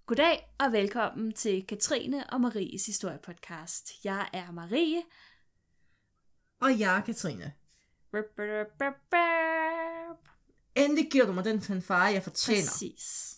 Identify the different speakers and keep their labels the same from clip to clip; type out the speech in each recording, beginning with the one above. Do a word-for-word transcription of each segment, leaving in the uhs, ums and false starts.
Speaker 1: Goddag og velkommen til Katrine og Maries historiepodcast. Jeg er Marie.
Speaker 2: Og jeg er Katrine. Endelig giver du mig den fanfare, jeg fortjener.
Speaker 1: Præcis.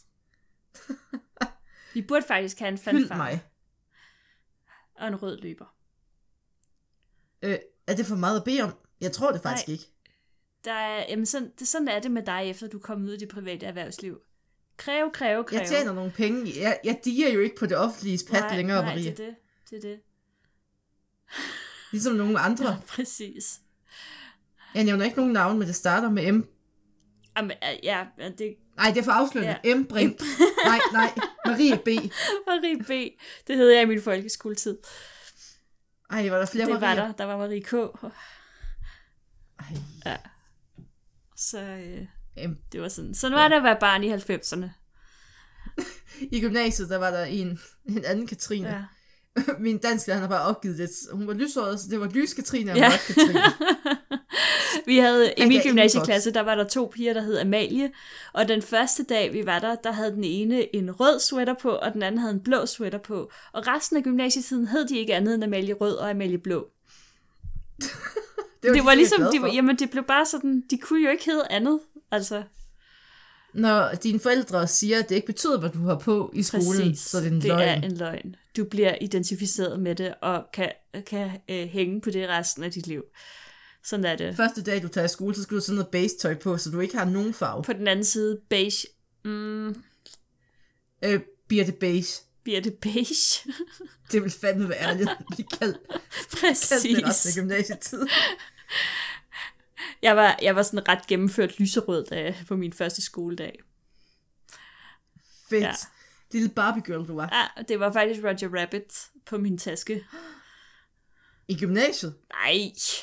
Speaker 1: Vi burde faktisk have en fanfare.
Speaker 2: Hyld mig.
Speaker 1: Og en rød løber.
Speaker 2: Øh, er det for meget at bede om? Jeg tror det faktisk
Speaker 1: Nej.
Speaker 2: ikke.
Speaker 1: Der er, jamen sådan, det, sådan er det med dig, efter du kom ud i det private erhvervsliv. Kræve, kræve, kræve.
Speaker 2: Jeg tjener nogle penge. Jeg, jeg diger jo ikke på det offentlige pat
Speaker 1: nej,
Speaker 2: længere,
Speaker 1: nej,
Speaker 2: Marie.
Speaker 1: det er det. Det er det.
Speaker 2: Ligesom nogle andre.
Speaker 1: Ja, præcis.
Speaker 2: Jeg nævner ikke nogen navn, men det starter med M.
Speaker 1: Jamen, ja, det...
Speaker 2: Nej, det er for afslørende.
Speaker 1: Ja.
Speaker 2: M. Brink. nej, nej. Marie B.
Speaker 1: Marie B. Det hed jeg i min folkeskoletid.
Speaker 2: Ej, var der flere
Speaker 1: det
Speaker 2: Marier?
Speaker 1: Det var der. Der var Marie K.
Speaker 2: Ej.
Speaker 1: Ja. Så øh,
Speaker 2: M.
Speaker 1: det var sådan. Sådan var det at være barn i halvfemserne.
Speaker 2: I gymnasiet, der var der en, en anden Katrine. Ja. Min dansk lærer har bare opgivet det. Hun var lyshåret, så det var lys Katrine og
Speaker 1: ja.
Speaker 2: mørk Katrine.
Speaker 1: Vi havde, i min gymnasieklasse, der var der to piger, der hed Amalie, og den første dag, vi var der, der havde den ene en rød sweater på, og den anden havde en blå sweater på, og resten af gymnasietiden hed de ikke andet end Amalie Rød og Amalie Blå.
Speaker 2: det var,
Speaker 1: det
Speaker 2: de
Speaker 1: var ligesom, de,
Speaker 2: var,
Speaker 1: jamen det blev bare sådan, de kunne jo ikke hedde andet, altså.
Speaker 2: Når dine forældre siger, at det ikke betyder, hvad du har på i skolen,
Speaker 1: præcis,
Speaker 2: så er det en
Speaker 1: det
Speaker 2: løgn.
Speaker 1: er en løgn. Du bliver identificeret med det, og kan, kan øh, hænge på det resten af dit liv. Sådan er det.
Speaker 2: Første dag, du tager i skole, så skal du sådan noget base-tøj på, så du ikke har nogen farve.
Speaker 1: På den anden side, beige. Mm.
Speaker 2: Øh, bliver det beige?
Speaker 1: Bliver det beige?
Speaker 2: Det vil fandme være ærligt, vi kaldt
Speaker 1: præcis.
Speaker 2: det resten af gymnasietid.
Speaker 1: Jeg var, jeg var sådan ret gennemført lyserød da, på min første skoledag.
Speaker 2: Fedt.
Speaker 1: Ja.
Speaker 2: Lille Barbie girl, du var.
Speaker 1: Ja, det var faktisk Roger Rabbit på min taske.
Speaker 2: I gymnasiet?
Speaker 1: Nej.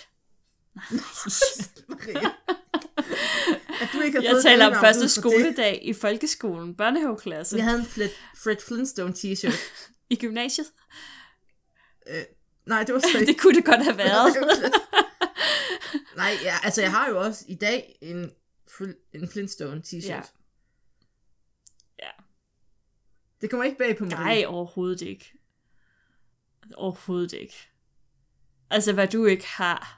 Speaker 2: Maria. At du ikke har
Speaker 1: jeg
Speaker 2: fået
Speaker 1: taler om
Speaker 2: navn
Speaker 1: første
Speaker 2: ud for
Speaker 1: skoledag
Speaker 2: det.
Speaker 1: i folkeskolen, børnehaveklasse.
Speaker 2: Jeg havde en Fred, Fred Flintstone t-shirt.
Speaker 1: I gymnasiet?
Speaker 2: Øh, nej, det var slet ikke.
Speaker 1: Det kunne det godt have været.
Speaker 2: Nej, ja, altså jeg har jo også i dag en, en Flintstone t-shirt.
Speaker 1: Ja. Ja.
Speaker 2: Det kommer ikke bag på mig.
Speaker 1: Nej, overhovedet ikke. Overhovedet ikke. Altså, hvad du ikke har.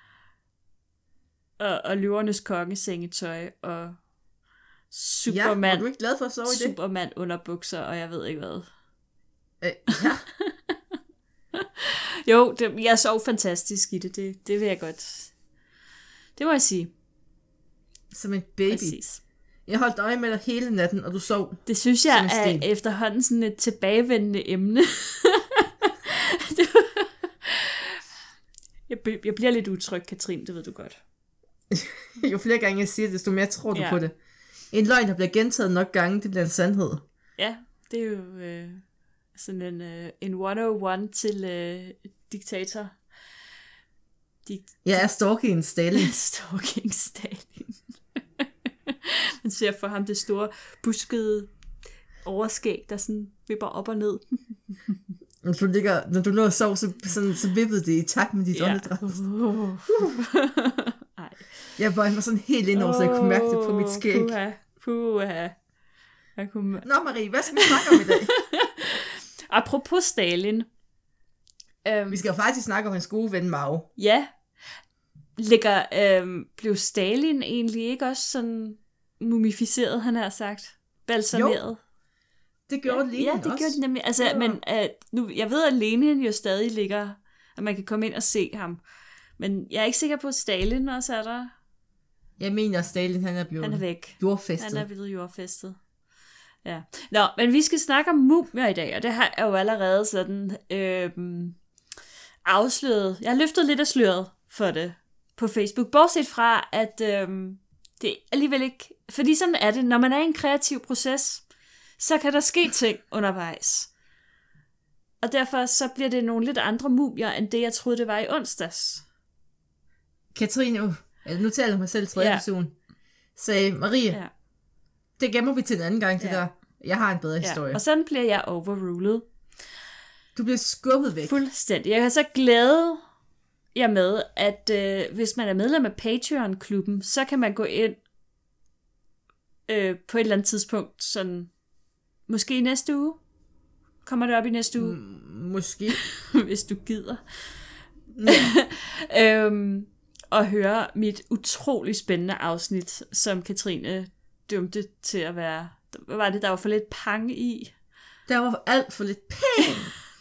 Speaker 1: Og, og løvernes kongesengetøj, og Superman.
Speaker 2: Ja, var du ikke glad for at sove i det?
Speaker 1: Superman underbukser, og jeg ved ikke hvad.
Speaker 2: Øh, ja.
Speaker 1: Jo, det, jeg sov fantastisk i det. det. Det vil jeg godt. Det må jeg sige.
Speaker 2: Som en baby.
Speaker 1: Præcis.
Speaker 2: Jeg holdt øje med dig hele natten, og du sov.
Speaker 1: Det synes jeg er efterhånden sådan et tilbagevendende emne. jeg, jeg bliver lidt utryg, Katrine, det ved du godt.
Speaker 2: Jo flere gange jeg siger det, desto mere tror du
Speaker 1: ja.
Speaker 2: på det. En løgn, der bliver gentaget nok gange, det bliver en sandhed.
Speaker 1: Ja, det er jo øh, sådan en, øh, en et nul et til øh, diktator. Dikt-
Speaker 2: Jeg er stalking Stalin.
Speaker 1: Stalking Stalin. Man ser for ham det store, buskede overskæg, der sådan vipper op og ned.
Speaker 2: Når du, ligger, når du lå og sov, så, sådan, så vippede det i takt med dit
Speaker 1: ja.
Speaker 2: åndedræt.
Speaker 1: Uh.
Speaker 2: Jeg bøjede mig sådan helt ind over, så jeg kunne mærke det på mit skæg.
Speaker 1: Puha, puha. Jeg kunne...
Speaker 2: Nå Marie, hvad skal vi snakke om i dag?
Speaker 1: Apropos Stalin.
Speaker 2: Øhm, vi skal jo faktisk snakke om hans gode ven Mao.
Speaker 1: Ja. Ligger, øhm, blev Stalin egentlig ikke også sådan mumificeret, han har sagt? Balsameret?
Speaker 2: Jo, det gjorde ja, Lenin
Speaker 1: ja,
Speaker 2: også.
Speaker 1: Ja, det gjorde det nemlig. Altså, ja. Men uh, nu, jeg ved, at Lenin jo stadig ligger, at man kan komme ind og se ham. Men jeg er ikke sikker på, at Stalin også er der.
Speaker 2: Jeg mener, at Stalin han er blevet
Speaker 1: han er væk.
Speaker 2: jordfæstet.
Speaker 1: Han er blevet jordfæstet. Ja. Nå, men vi skal snakke om mumier i dag, og det har jeg jo allerede sådan øhm, afsløret. Jeg har løftet lidt af sløret for det på Facebook, bortset fra, at øhm, det alligevel ikke... Fordi sådan er det, når man er i en kreativ proces, så kan der ske ting undervejs. Og derfor så bliver det nogle lidt andre mumier, end det jeg troede, det var i onsdags.
Speaker 2: Katrine, altså nu taler jeg mig selv tredje ja. person, sagde Marie, ja. det gemmer vi til en anden gang, det ja. der. Jeg har en bedre historie.
Speaker 1: Ja. Og sådan bliver jeg overrulet.
Speaker 2: Du bliver skubbet væk.
Speaker 1: Fuldstændig. Jeg kan så glæde jer med, at øh, hvis man er medlem af Patreon-klubben, så kan man gå ind øh, på et eller andet tidspunkt sådan måske næste uge. Kommer det op i næste uge?
Speaker 2: M- måske.
Speaker 1: Hvis du gider. Ja. øhm, og høre mit utrolig spændende afsnit, som Katrine dømte til at være... Hvad var det, der var for lidt pang i?
Speaker 2: Der var alt for lidt pæng.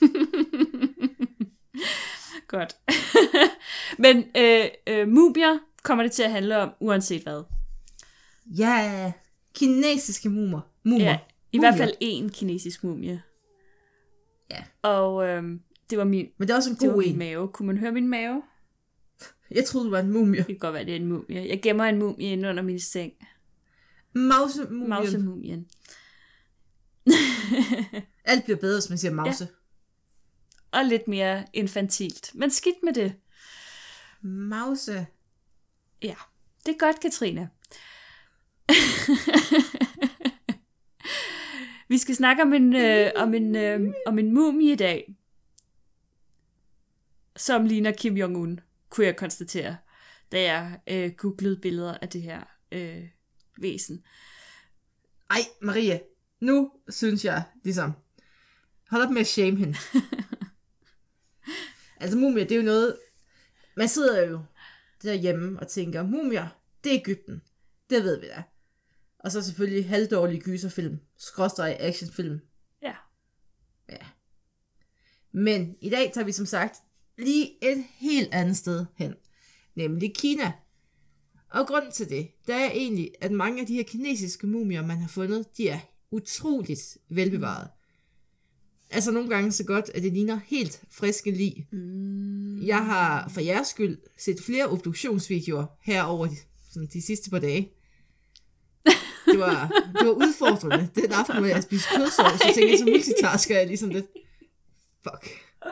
Speaker 1: Godt. Men øh, øh, mumier kommer det til at handle om, uanset hvad.
Speaker 2: Ja, kinesiske mumer. Mumer.
Speaker 1: Ja, i
Speaker 2: mumier.
Speaker 1: hvert fald én kinesisk mumie.
Speaker 2: Ja.
Speaker 1: Og øh, det var min,
Speaker 2: Men det er også en
Speaker 1: det var
Speaker 2: god
Speaker 1: min
Speaker 2: en.
Speaker 1: mave. Kunne man høre min mave?
Speaker 2: Jeg troede, du var en mumie.
Speaker 1: Det kan godt være, det er en mumie. Jeg gemmer en mumie inde under min seng.
Speaker 2: Mausemumien.
Speaker 1: Mausemumien.
Speaker 2: Alt bliver bedre, hvis man siger mause.
Speaker 1: Ja. Og lidt mere infantilt. Men skidt med det.
Speaker 2: Mause.
Speaker 1: Ja, det er godt, Katrine. Vi skal snakke om en, øh, om, en, øh, om en mumie i dag, som ligner Kim Jong-un, kunne jeg konstatere, da jeg øh, googlede billeder af det her øh, væsen.
Speaker 2: Ej, Maria, nu synes jeg ligesom, hold op med at shame hende. Altså mumier, det er jo noget, man sidder jo derhjemme og tænker, mumier, det er Egypten, det ved vi da. Og så selvfølgelig halvdårlige gyserfilm, skråstreg actionfilm.
Speaker 1: Ja.
Speaker 2: Ja. Men i dag tager vi som sagt lige et helt andet sted hen, nemlig Kina. Og grunden til det, der er egentlig, at mange af de her kinesiske mumier, man har fundet, de er utroligt velbevaret. Altså nogle gange så godt, at det ligner helt friske lig.
Speaker 1: Mm.
Speaker 2: Jeg har for jeres skyld set flere obduktionsvideoer herover de, sådan de sidste par dage. Det var, det var udfordrende. Den aften, hvor jeg spiste kødsovs, så tænkte jeg, så multitasker jeg ligesom lidt. Fuck.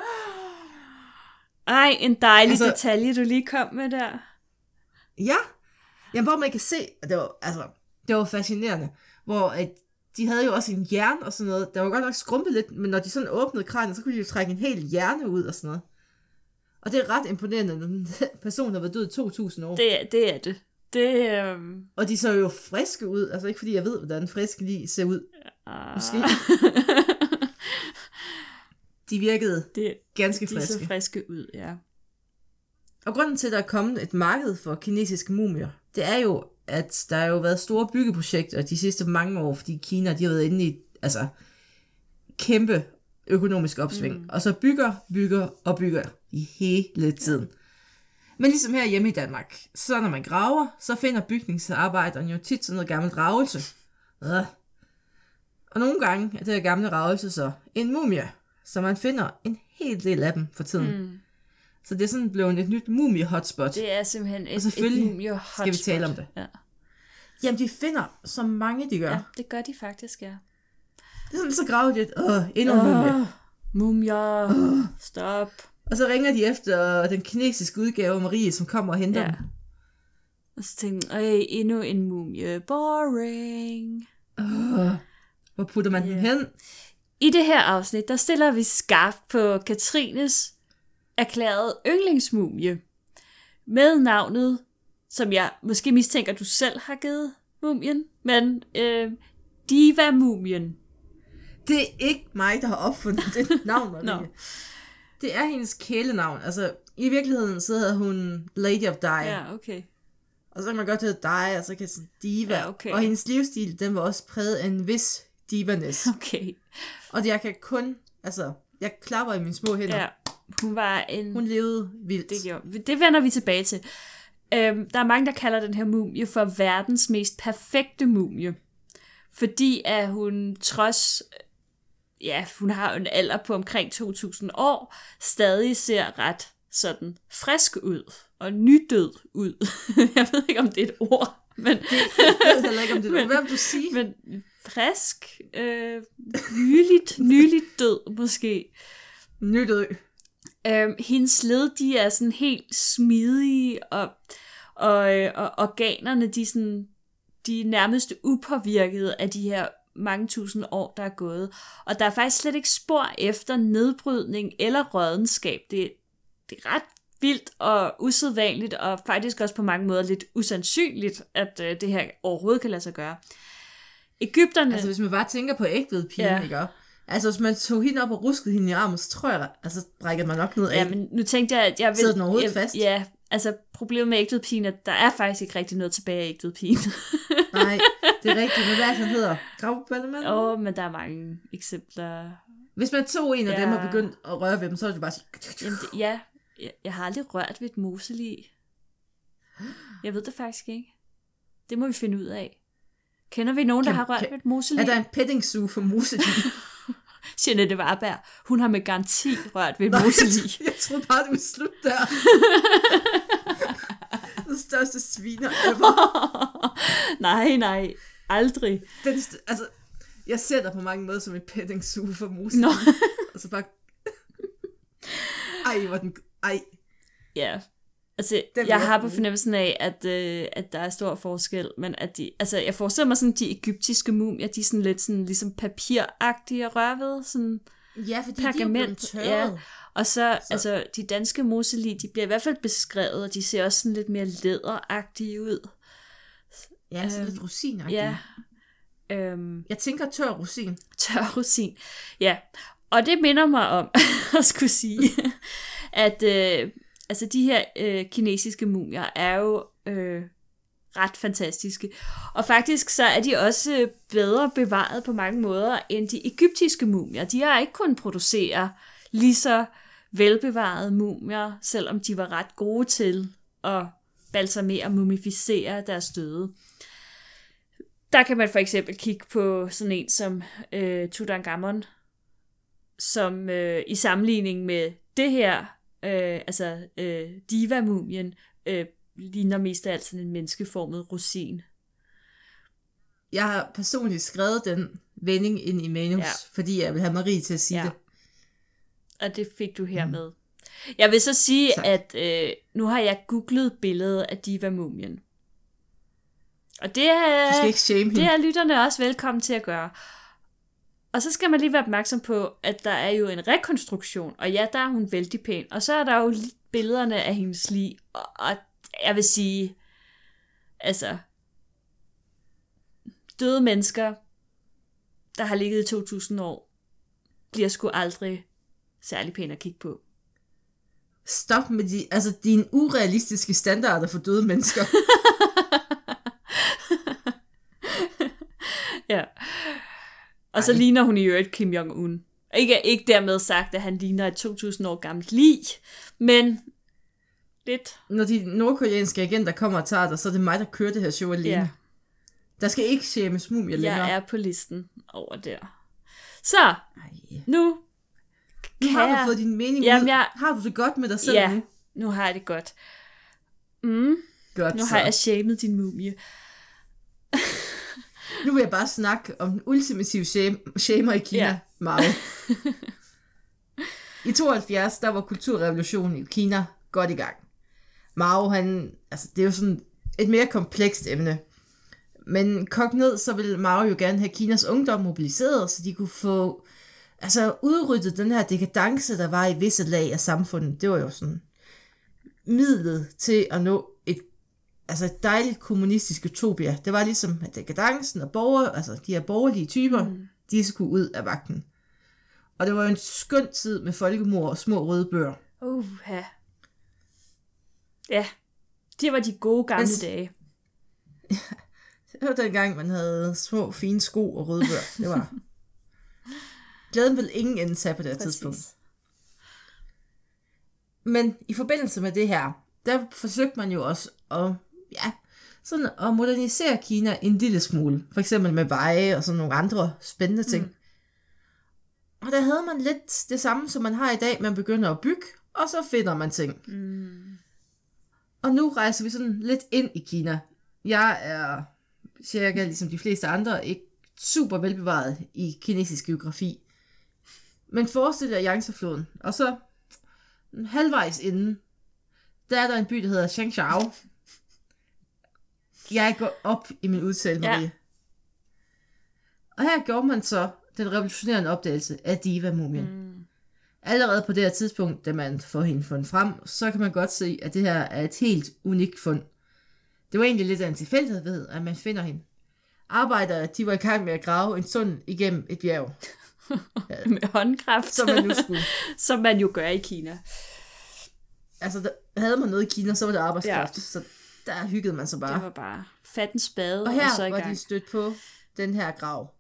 Speaker 1: Ej, en dejlig
Speaker 2: altså,
Speaker 1: detalje, du lige kom med der.
Speaker 2: Ja. Jamen, hvor man kan se, at det var, altså, det var fascinerende, hvor at de havde jo også en hjerne og sådan noget. Der var godt nok skrumpet lidt, men når de sådan åbnede kranen, så kunne de jo trække en hel hjerne ud og sådan noget. Og det er ret imponerende, når den person har været død i to tusind år.
Speaker 1: Det, det er det. Det, øhm...
Speaker 2: Og de så jo friske ud, altså ikke fordi jeg ved, hvordan friske lige ser ud.
Speaker 1: Ah.
Speaker 2: Måske. De virkede
Speaker 1: det,
Speaker 2: ganske
Speaker 1: de
Speaker 2: friske.
Speaker 1: De så friske ud, ja.
Speaker 2: Og grunden til, at der er kommet et marked for kinesiske mumier, det er jo, at der har jo været store byggeprojekter de sidste mange år, fordi Kina, de har været inde i, altså, kæmpe økonomisk opsving. Mm. Og så bygger, bygger og bygger i hele tiden. Men ligesom her hjemme i Danmark, så når man graver, så finder bygningsarbejderen jo tit sådan noget gammelt ravelse. Øh. Og nogle gange er det her gamle ravelse så en mumie, så man finder en hel del af dem for tiden. Mm. Så det er sådan blevet et nyt mumie-hotspot.
Speaker 1: Det er simpelthen et,
Speaker 2: og selvfølgelig
Speaker 1: et mumie-hotspot.
Speaker 2: Skal vi tale om det.
Speaker 1: Ja.
Speaker 2: Jamen, de finder så mange, de gør.
Speaker 1: Ja, det gør de faktisk, ja.
Speaker 2: Det er sådan, så graver de et, åh, endnu en mumie.
Speaker 1: Mumier,
Speaker 2: uh.
Speaker 1: stop.
Speaker 2: Og så ringer de efter den kinesiske udgave af Marie, som kommer og henter ja. dem.
Speaker 1: Og så tænker jeg, endnu en mumie. Boring.
Speaker 2: Uh. Hvor putter man yeah. den hen?
Speaker 1: I det her afsnit, der stiller vi skarpt på Katrines erklærede yndlingsmumie. Med navnet, som jeg måske mistænker, du selv har givet mumien. Men øh, Diva-mumien.
Speaker 2: Det er ikke mig, der har opfundet det navn, Marie. no. Det er hendes kælenavn. Altså, i virkeligheden, så hedder hun Lady of Die.
Speaker 1: Ja, okay.
Speaker 2: Og så kan man godt hedde Die, og så kan det Diva.
Speaker 1: Ja, okay.
Speaker 2: Og hendes livsstil, den var også præget af en vis divaness.
Speaker 1: Okay.
Speaker 2: Og jeg kan kun, altså, jeg klapper i mine små hænder.
Speaker 1: Ja, hun var en...
Speaker 2: Hun levede vildt.
Speaker 1: Det, gjorde. Det vender vi tilbage til. Øhm, der er mange, der kalder den her mumie for verdens mest perfekte mumie. Fordi at hun trods... Ja, hun har en alder på omkring to tusind år, stadig ser ret sådan frisk ud, og nydød ud. Jeg ved ikke, om det er et ord, men...
Speaker 2: Det, jeg ved heller ikke, om det er et ord. Hvad vil du sige?
Speaker 1: Men frisk, øh, nyligt, nyligt død måske.
Speaker 2: Nydød.
Speaker 1: Øhm, hendes led, de er sådan helt smidige, og, og, og organerne, de er, sådan, de er nærmest upåvirket af de her mange tusind år, der er gået. Og der er faktisk slet ikke spor efter nedbrydning eller rådenskab. Det, det er ret vildt og usædvanligt, og faktisk også på mange måder lidt usandsynligt, at øh, det her overhovedet kan lade sig gøre. Ægypterne...
Speaker 2: Altså, hvis man bare tænker på ægtvedpigen,
Speaker 1: Ja.
Speaker 2: ikke? Altså, hvis man tog hende op og ruskede hende i armen, så tror jeg, altså, brækkede man nok ned af.
Speaker 1: Ja, men nu tænkte jeg, at jeg vil...
Speaker 2: Sidder den overhovedet
Speaker 1: jeg,
Speaker 2: fast?
Speaker 1: Ja, altså problemet med ægtvedpigen, at der er faktisk ikke rigtig noget tilbage af ægtvedpigen.
Speaker 2: Nej, det er rigtigt. Men hvad er det, han hedder? Gravballemand?
Speaker 1: Åh, oh, men der er mange eksempler.
Speaker 2: Hvis man tog en af
Speaker 1: Ja.
Speaker 2: dem og begyndte at røre ved dem, så er det bare sige...
Speaker 1: Jamen, det, ja, jeg, jeg har aldrig rørt ved et moselig. Jeg ved det faktisk ikke. Det må vi finde ud af. Kender vi nogen,
Speaker 2: Kan-
Speaker 1: der har rørt
Speaker 2: kan-
Speaker 1: ved et moselig?
Speaker 2: Er der en petting zoo for muselige?
Speaker 1: Jeanette Varberg, hun har med garanti rørt ved et
Speaker 2: Nej,
Speaker 1: moselig.
Speaker 2: jeg, jeg troede bare, det ville slutte der. Den største sviner ever.
Speaker 1: Nej, nej, aldrig.
Speaker 2: Den, st- altså, jeg ser dig på mange måder som en petting zoo for muselige.
Speaker 1: Nå.
Speaker 2: Altså bare... Ej, hvor den... Ej.
Speaker 1: Ja, altså
Speaker 2: Den vil
Speaker 1: jeg
Speaker 2: jeg
Speaker 1: har på
Speaker 2: bruge.
Speaker 1: fornemmelsen af, at, øh, at der er stor forskel, men at de, altså jeg forestiller mig sådan, de egyptiske mumier, de er sådan lidt sådan ligesom papiragtige at røre ved, sådan
Speaker 2: Ja, fordi
Speaker 1: pergament,
Speaker 2: de er jo blevet tørret.
Speaker 1: ja. Og så, så altså de danske moselig, de bliver i hvert fald beskrevet, og de ser også sådan lidt mere læderagtige ud.
Speaker 2: Ja, sådan
Speaker 1: Øhm,
Speaker 2: lidt rosinagtigt.
Speaker 1: Ja, øhm,
Speaker 2: Jeg tænker tør rosin.
Speaker 1: tør rosin. Ja, og det minder mig om at skulle sige, at øh, altså de her øh, kinesiske mumier er jo øh, ret fantastiske. Og faktisk så er de også bedre bevaret på mange måder end de egyptiske mumier. De har ikke kunnet producere lige så velbevarede mumier, selvom de var ret gode til at balsamere og mumificere deres døde. Der kan man for eksempel kigge på sådan en som øh, Tutankhamon, som øh, i sammenligning med det her, øh, altså øh, diva-mumien, øh, ligner mest af alt sådan en menneskeformet rosin.
Speaker 2: Jeg har personligt skrevet den vending ind i manus,
Speaker 1: Ja.
Speaker 2: ja. fordi jeg vil have Marie til at sige
Speaker 1: Ja.
Speaker 2: det.
Speaker 1: Og det fik du her med. Jeg vil så sige,
Speaker 2: Tak.
Speaker 1: at øh, nu har jeg googlet billedet af diva-mumien. Og det er,
Speaker 2: Du skal ikke shame hende.
Speaker 1: det er lytterne også velkommen til at gøre. Og så skal man lige være opmærksom på, at der er jo en rekonstruktion, og ja, der er hun vældig pæn. Og så er der jo billederne af hendes lig, og, og jeg vil sige, altså, døde mennesker, der har ligget i to tusind år, bliver sgu aldrig særlig pæn at kigge på.
Speaker 2: Stop med de, altså, dine urealistiske standarder for døde mennesker.
Speaker 1: Ja. Og så
Speaker 2: Ej.
Speaker 1: ligner hun i øvrigt Kim Jong-un. Ikke, ikke dermed sagt, at han ligner et to tusind år gammelt lig, men lidt.
Speaker 2: Når de nordkoreanske agenter kommer og tager dig, så er det mig, der kører det her show alene.
Speaker 1: Ja.
Speaker 2: Der skal ikke shames mumier længere.
Speaker 1: Jeg er på listen over der. Så,
Speaker 2: Ej.
Speaker 1: nu
Speaker 2: Nu
Speaker 1: kan
Speaker 2: har
Speaker 1: jeg...
Speaker 2: du fået din mening
Speaker 1: Jamen,
Speaker 2: ud.
Speaker 1: jeg-
Speaker 2: Har du det godt med dig selv
Speaker 1: Ja,
Speaker 2: nu?
Speaker 1: nu har jeg det godt. Mm,
Speaker 2: Godt
Speaker 1: nu
Speaker 2: så.
Speaker 1: har jeg shamed din mumie.
Speaker 2: Nu vil jeg bare snakke om den ultimative shame, shamer i Kina,
Speaker 1: Ja.
Speaker 2: ja. Mao. I tooghalvfjerds, der var kulturrevolutionen i Kina godt i gang. Mao, han, altså det er jo sådan et mere komplekst emne. Men kogt ned, så ville Mao jo gerne have Kinas ungdom mobiliseret, så de kunne få altså, udryddet den her dekadence, der var i visse lag af samfundet. Det var jo sådan midlet til at nå et, altså et dejligt kommunistisk utopia. Det var ligesom, at dekadencen og borger, altså de her borgerlige typer, mm. de skulle ud af vagten. Og det var jo en skøn tid med folkemord og små røde bøger.
Speaker 1: Uh, ja. Ja, det var de gode gamle
Speaker 2: Men-
Speaker 1: dage.
Speaker 2: Det var dengang, man havde små, fine sko og røde bøger. Det var... Glæden vil ingen ende tage på det her
Speaker 1: Præcis.
Speaker 2: tidspunkt. Men i forbindelse med det her, der forsøgte man jo også at, ja, sådan at modernisere Kina en lille smule. For eksempel med veje og sådan nogle andre spændende ting. Mm. Og der havde man lidt det samme, som man har i dag. Man begynder at bygge, og så finder man ting.
Speaker 1: Mm.
Speaker 2: Og nu rejser vi sådan lidt ind i Kina. Jeg er cirka ligesom de fleste andre ikke super velbevaret i kinesisk geografi. Men forestil dig Yangtze-floden, og så halvvejs inden, der er der en by, der hedder Shangshao. Jeg går op i min udtale, Marie.
Speaker 1: Ja.
Speaker 2: Og her gjorde man så den revolutionerende opdagelse af diva-mumien. Mm. Allerede på det her tidspunkt, da man får hende fundet frem, så kan man godt se, at det her er et helt unikt fund. Det var egentlig lidt af en tilfældighed, at man finder hende. Arbejdere, de var i gang med at grave en tunnel igennem et bjerg.
Speaker 1: Med håndkraft.
Speaker 2: Som man nu skulle.
Speaker 1: Som man jo gør i Kina.
Speaker 2: Altså, der, havde man noget i Kina, så var det arbejdskraft.
Speaker 1: Ja.
Speaker 2: Så der hyggede man sig bare.
Speaker 1: Det var bare fat en spade,
Speaker 2: og her
Speaker 1: og så i
Speaker 2: var
Speaker 1: gang.
Speaker 2: de stødt på den her grav.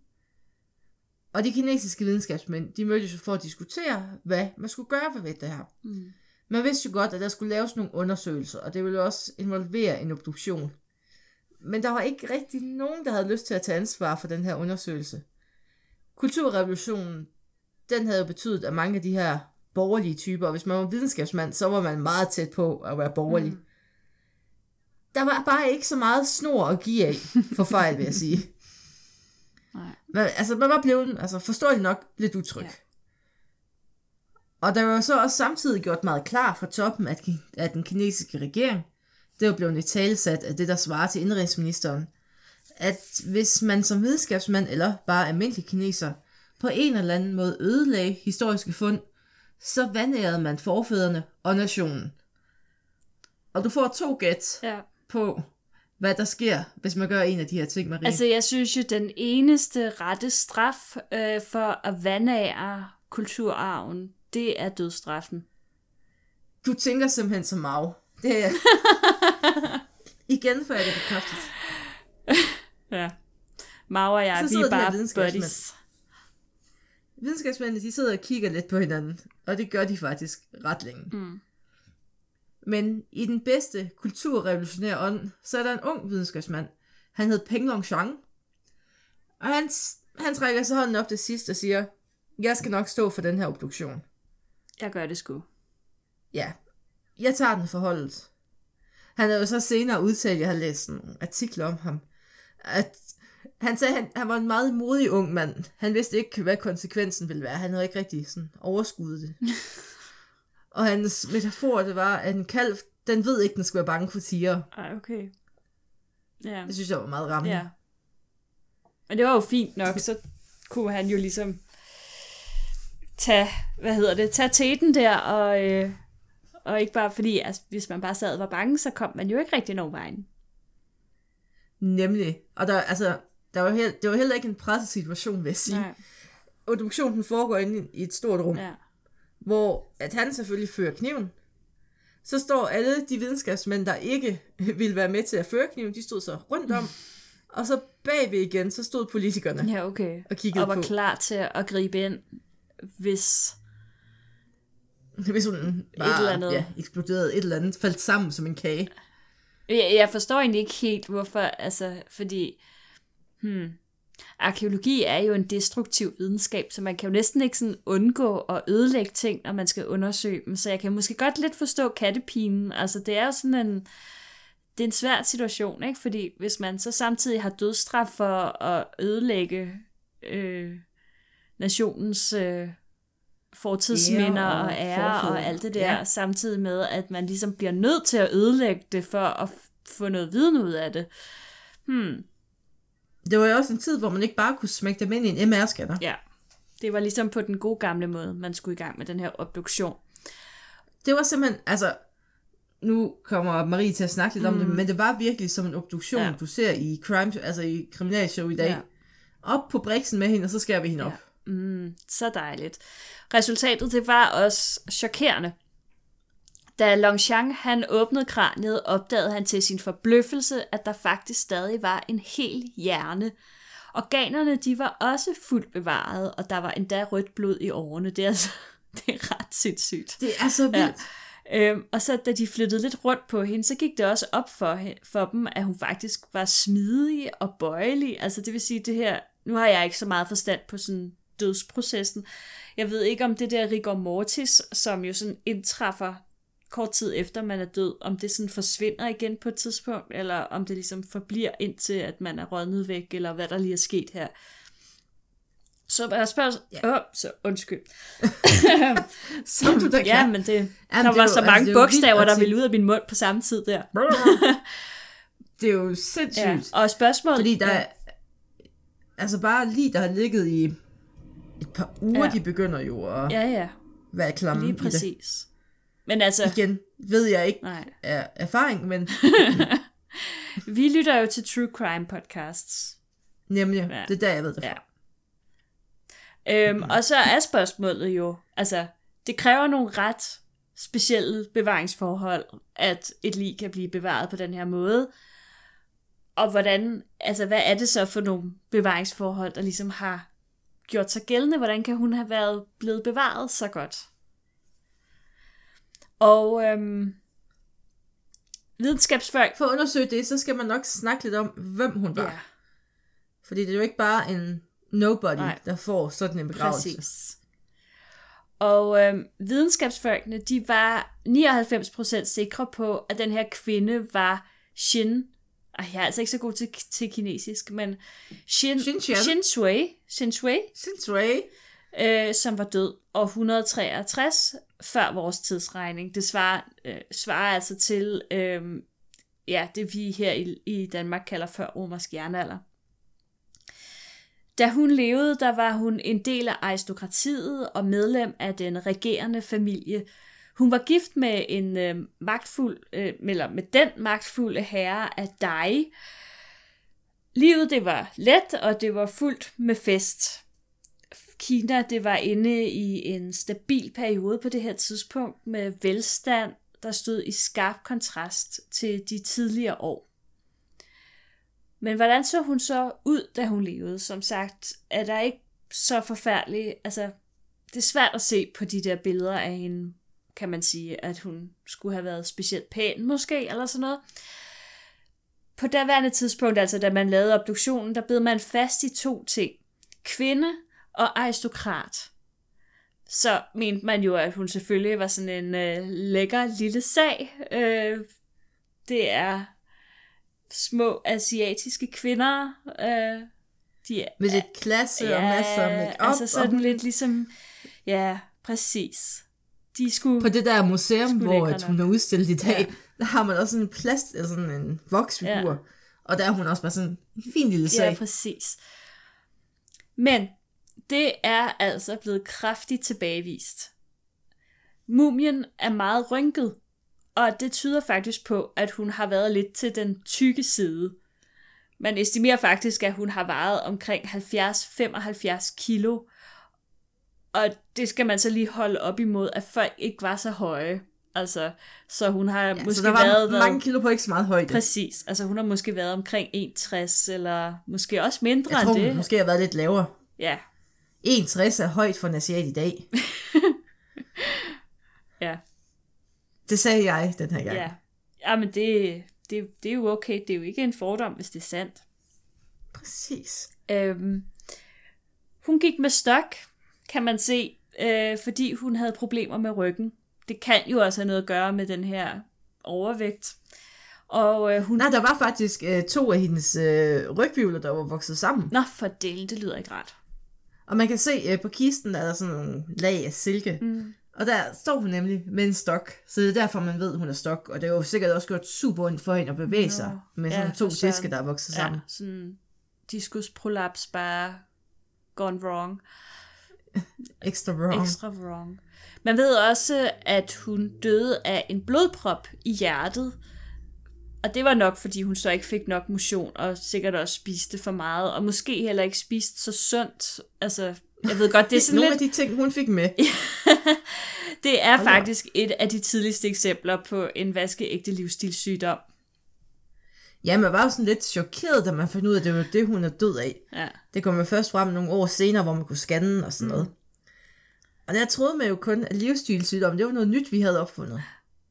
Speaker 2: Og de kinesiske videnskabsmænd, de mødtes jo for at diskutere, hvad man skulle gøre ved det her.
Speaker 1: Mm.
Speaker 2: Man vidste jo godt, at der skulle laves nogle undersøgelser, og det ville også involvere en obduktion. Men der var ikke rigtig nogen, der havde lyst til at tage ansvar for den her undersøgelse. Kulturrevolutionen, den havde jo betydet, at mange af de her borgerlige typer, og hvis man var videnskabsmand, så var man meget tæt på at være borgerlig. Mm. Der var bare ikke så meget snor at give af for fejl, vil jeg sige.
Speaker 1: Nej.
Speaker 2: Men, altså, man var blevet, altså forståeligt nok, lidt utryg. Ja. Og der var så også samtidig gjort meget klar fra toppen af, af den kinesiske regering, det var blevet italesat af det, der svarer til indrigsministeren, at hvis man som videnskabsmand eller bare almindelig kineser på en eller anden måde ødelagde historiske fund, så vandærede man forfædrene og nationen. Og du får to gæt
Speaker 1: Ja.
Speaker 2: på, hvad der sker, hvis man gør en af de her ting, Marie.
Speaker 1: Altså, jeg synes jo, den eneste rette straf øh, for at vandære kulturarven, det er dødsstraffen.
Speaker 2: Du tænker simpelthen som Mao. Det er... Igen får jeg det bekræftet.
Speaker 1: Ja. Mao og jeg,
Speaker 2: Så
Speaker 1: vi
Speaker 2: sidder
Speaker 1: er
Speaker 2: de her
Speaker 1: bare
Speaker 2: videnskabsmænd.
Speaker 1: buddies.
Speaker 2: Videnskabsmændene, de sidder og kigger lidt på hinanden, og det gør de faktisk ret længe.
Speaker 1: Mm.
Speaker 2: Men i den bedste kulturrevolutionære ånd, så er der en ung videnskabsmand. Han hed Peng Longchang. Og han, han trækker sig hånden op til sidst og siger, jeg skal nok stå for den her obduktion.
Speaker 1: Jeg gør det sgu.
Speaker 2: Ja, jeg tager den for holdet. Han har jo så senere udtalt, jeg har læst nogle artikler om ham, at han sagde, at han, han var en meget modig ung mand. Han vidste ikke, hvad konsekvensen ville være. Han havde ikke rigtig sådan overskuddet det. Og hans metafor, det var, at en kalv, den ved ikke, den skal være bange for tiger.
Speaker 1: Ej, okay. Ja.
Speaker 2: Det synes jeg var meget rammende.
Speaker 1: Ja. Men det var jo fint nok, så kunne han jo ligesom tage, hvad hedder det, tage teten der, og, øh, og ikke bare fordi, altså, hvis man bare sad og var bange, så kom man jo ikke rigtig nogen vejen.
Speaker 2: Nemlig. Og der, altså, der var helt, det var heller ikke en presset situation, vil jeg sige.
Speaker 1: Nej.
Speaker 2: Obduktionen foregår inde i et stort rum,
Speaker 1: Ja.
Speaker 2: hvor at han selvfølgelig fører kniven. Så står alle de videnskabsmænd, der ikke ville være med til at føre kniven, de stod så rundt om. Og så bagved igen, så stod politikerne
Speaker 1: Ja, okay.
Speaker 2: og kiggede
Speaker 1: Og var
Speaker 2: på.
Speaker 1: klar til at gribe ind, hvis...
Speaker 2: Hvis hun bare,
Speaker 1: eller andet.
Speaker 2: Ja, eksploderede et eller andet, faldt sammen som en kage.
Speaker 1: Jeg, jeg forstår egentlig ikke helt, hvorfor, altså, fordi... Hmm, arkæologi er jo en destruktiv videnskab, så man kan jo næsten ikke sådan undgå at ødelægge ting, når man skal undersøge dem. Så jeg kan måske godt lidt forstå kattepinen. Altså, det er jo sådan en... Det er en svær situation, ikke? Fordi hvis man så samtidig har dødsstraf for at ødelægge øh, nationens øh, fortidsminder
Speaker 2: Ære og
Speaker 1: og ære
Speaker 2: forfædre.
Speaker 1: og alt det der,
Speaker 2: Ja.
Speaker 1: samtidig med, at man ligesom bliver nødt til at ødelægge det for at f- få noget viden ud af det. Hmm.
Speaker 2: Det var jo også en tid, hvor man ikke bare kunne smække dem ind i en M R-scanner.
Speaker 1: Ja, det var ligesom på den gode gamle måde, man skulle i gang med den her obduktion.
Speaker 2: Det var simpelthen, altså, nu kommer Marie til at snakke lidt mm. om det, men det var virkelig som en obduktion,
Speaker 1: Ja.
Speaker 2: du ser i crime, altså i kriminalshow i dag.
Speaker 1: Ja.
Speaker 2: Op på briksen med hende, og så skærer vi hende op.
Speaker 1: Ja. Mm, så dejligt. Resultatet, det var også chokerende. Da Longchamp han åbnede kraniet, opdagede han til sin forbløffelse, at der faktisk stadig var en hel hjerne. Organerne, de var også fuldt bevaret, og der var endda rødt blod i årene. Det er, altså, det er ret sindssygt.
Speaker 2: Det er så vildt.
Speaker 1: Ja. Øhm, og så da de flyttede lidt rundt på hende, så gik det også op for, he- for dem, at hun faktisk var smidig og bøjelig. Altså det vil sige det her, nu har jeg ikke så meget forstand på sådan dødsprocessen. Jeg ved ikke om det der rigor mortis, som jo sådan indtræffer kort tid efter man er død, om det sådan forsvinder igen på et tidspunkt, eller om det ligesom forbliver indtil at man er rådnet væk, eller hvad der lige er sket her. Så jeg spørger,
Speaker 2: Ja.
Speaker 1: ja. oh, så undskyld.
Speaker 2: Som du da kan.
Speaker 1: Ja, men det,
Speaker 2: Jamen,
Speaker 1: der
Speaker 2: det er
Speaker 1: var
Speaker 2: jo-
Speaker 1: så
Speaker 2: altså,
Speaker 1: mange
Speaker 2: det er jo
Speaker 1: bogstaver,
Speaker 2: vildt at
Speaker 1: der
Speaker 2: se.
Speaker 1: ville ud af min mund på samme tid der.
Speaker 2: Det er jo sindssygt.
Speaker 1: Ja. Og spørgsmålet...
Speaker 2: Fordi der
Speaker 1: ja.
Speaker 2: er, altså bare lige der har ligget i et par uger,
Speaker 1: Ja.
Speaker 2: de begynder jo at
Speaker 1: Ja, ja,
Speaker 2: være klamme
Speaker 1: lige
Speaker 2: i det.
Speaker 1: præcis. Men altså,
Speaker 2: Igen, ved jeg ikke
Speaker 1: nej.
Speaker 2: af erfaring, men
Speaker 1: Vi lytter jo til True Crime podcasts.
Speaker 2: Nemlig,
Speaker 1: Ja.
Speaker 2: det er der, jeg ved det fra.
Speaker 1: Ja. Øhm, og så er spørgsmålet jo, altså, det kræver nogle ret specielle bevaringsforhold, at et lig kan blive bevaret på den her måde. Og hvordan, altså, hvad er det så for nogle bevaringsforhold, der ligesom har gjort sig gældende? Hvordan kan hun have været blevet bevaret så godt? Og øhm, videnskabsfolk...
Speaker 2: For at undersøge det, så skal man nok snakke lidt om, hvem hun var.
Speaker 1: Ja,
Speaker 2: Fordi det er jo ikke bare en nobody,
Speaker 1: Nej.
Speaker 2: der får sådan en begravelse.
Speaker 1: præcis. Og øhm, videnskabsfolkene, de var nioghalvfems procent sikre på, at den her kvinde var Xin. Ej, jeg er altså ikke så god til, til kinesisk, men Xin,
Speaker 2: Xin Qian.
Speaker 1: Xin Shui, Xin Shui
Speaker 2: Since Ray.
Speaker 1: øh, som var død år et hundrede treogtres før vores tidsregning. Det svarer, øh, svarer altså til øh, ja, det, vi her i, i Danmark kalder før romersk jernalder. Da hun levede, der var hun en del af aristokratiet og medlem af den regerende familie. Hun var gift med en øh, magtfuld, øh, eller med den magtfulde herre af Dai. Livet, det var let, og det var fuldt med fest. Kina, det var inde i en stabil periode på det her tidspunkt med velstand, der stod i skarp kontrast til de tidligere år. Men hvordan så hun så ud, da hun levede? Som sagt, er der ikke så forfærdeligt, altså det er svært at se på de der billeder af hende, kan man sige, at hun skulle have været specielt pæn måske, eller sådan noget. På daværende tidspunkt, altså da man lavede obduktionen, der bed man fast i to ting. Kvinde og aristokrat. Så mente man jo, at hun selvfølgelig var sådan en øh, lækker lille sag. Øh, det er små asiatiske kvinder. Øh, de er,
Speaker 2: Med lidt klasse ja, og masser af make-up.
Speaker 1: altså sådan
Speaker 2: og
Speaker 1: lidt ligesom, ja, præcis. De skulle...
Speaker 2: på det der museum,
Speaker 1: skulle
Speaker 2: hvor
Speaker 1: lækre
Speaker 2: at hun
Speaker 1: nok.
Speaker 2: er udstillet i dag,
Speaker 1: Ja.
Speaker 2: der har man også sådan en plast, altså sådan en voksfigur.
Speaker 1: Ja.
Speaker 2: Og der er hun også bare sådan en fin lille
Speaker 1: Ja,
Speaker 2: sag.
Speaker 1: præcis. Men det er altså blevet kraftigt tilbagevist. Mumien er meget rynket, og det tyder faktisk på, at hun har været lidt til den tykke side. Man estimerer faktisk, at hun har vejet omkring halvfjerds til femoghalvfjerds kilo, og det skal man så lige holde op imod, at folk ikke var så høje. Altså, så hun har
Speaker 2: Ja,
Speaker 1: måske
Speaker 2: så der var
Speaker 1: været...
Speaker 2: mange kilo på ikke så meget højde.
Speaker 1: Præcis. Altså, hun har måske været omkring en komma tres, eller måske også mindre
Speaker 2: Jeg tror,
Speaker 1: end det.
Speaker 2: hun måske har været lidt lavere.
Speaker 1: Ja,
Speaker 2: en komma tres er højt for en asiat i dag.
Speaker 1: ja,
Speaker 2: Det sagde jeg den her gang.
Speaker 1: ja. Jamen, det, det, det er jo okay. Det er jo ikke en fordom, hvis det er sandt.
Speaker 2: Præcis.
Speaker 1: Øhm, hun gik med stok, kan man se, øh, fordi hun havde problemer med ryggen. Det kan jo også have noget at gøre med den her overvægt. Og øh, hun...
Speaker 2: Nej, der var faktisk øh, to af hendes øh, rygvivler, der var vokset sammen.
Speaker 1: Nå, for delen, det lyder ikke rart.
Speaker 2: Og man kan se øh, på kisten, der er der sådan nogle lag af silke.
Speaker 1: Mm.
Speaker 2: Og der står hun nemlig med en stok. Så det er derfor, man ved, hun er stok. Og det er jo sikkert også gjort super ondt for hende at bevæge
Speaker 1: Nå,
Speaker 2: sig. Med
Speaker 1: ja,
Speaker 2: sådan to
Speaker 1: for søren.
Speaker 2: diske, der er vokset sammen.
Speaker 1: Ja, sådan diskusprolaps bare gone wrong.
Speaker 2: Extra wrong.
Speaker 1: Extra wrong. Man ved også, at hun døde af en blodprop i hjertet. Og det var nok, fordi hun så ikke fik nok motion, og sikkert også spiste for meget, og måske heller ikke spiste så sundt. Altså, jeg ved godt, det er sådan
Speaker 2: Nogle
Speaker 1: lidt...
Speaker 2: af de ting, hun fik med.
Speaker 1: Det er
Speaker 2: Hold da.
Speaker 1: faktisk et af de tidligste eksempler på en vaskeægte livsstilssygdom.
Speaker 2: Ja, man var jo sådan lidt chokeret, da man fandt ud af, at det var det, hun er død af.
Speaker 1: Ja.
Speaker 2: Det kom jo først frem nogle år senere, hvor man kunne scanne og sådan
Speaker 1: Mm.
Speaker 2: noget. Og der troede man jo kun, at livsstilssygdom, det var noget nyt, vi havde opfundet.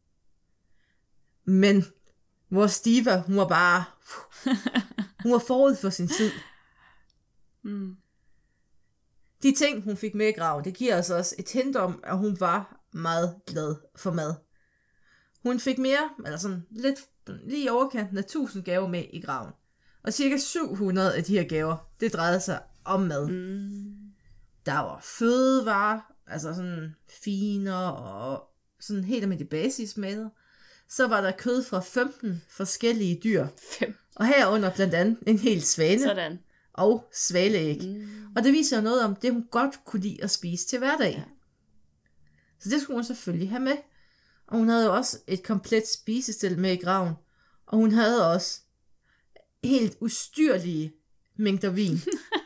Speaker 2: Men vores Stiva, hun var bare... Hun var forud for sin tid.
Speaker 1: Mm.
Speaker 2: De ting, hun fik med i graven, det giver os også et hint om, at hun var meget glad for mad. Hun fik mere, eller sådan lidt lige i overkanten af tusind gaver med i graven. Og cirka syv hundrede af de her gaver, det drejede sig om mad.
Speaker 1: Mm.
Speaker 2: Der var fødevarer, altså sådan finer og sådan helt almindelig basismad. Så var der kød fra femten forskellige dyr.
Speaker 1: Fem.
Speaker 2: Og herunder blandt andet en hel svane
Speaker 1: Sådan.
Speaker 2: og svaleæg.
Speaker 1: Mm.
Speaker 2: Og det viser jo noget om det, hun godt kunne lide at spise til hverdag.
Speaker 1: Ja.
Speaker 2: Så det skulle hun selvfølgelig have med. Og hun havde jo også et komplet spisestel med i graven. Og hun havde også helt ustyrlige mængder vin.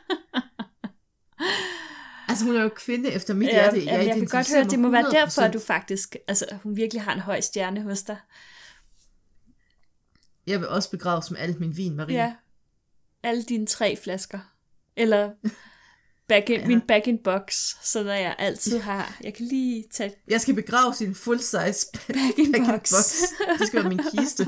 Speaker 2: Altså, hun er jo kvinde efter mit
Speaker 1: Ja,
Speaker 2: hjerte.
Speaker 1: jeg, jeg, jeg kan godt høre, at det må være derfor, at du faktisk, altså hun virkelig har en høj stjerne hos dig.
Speaker 2: Jeg vil også begraves med alt min vin, Marie.
Speaker 1: Ja, alle dine tre flasker. Eller back in, ja. min back in box, så når jeg altid har. Jeg kan lige tage...
Speaker 2: Jeg skal begraves i en full size
Speaker 1: back in
Speaker 2: back
Speaker 1: box.
Speaker 2: In box. Det skal være min kiste.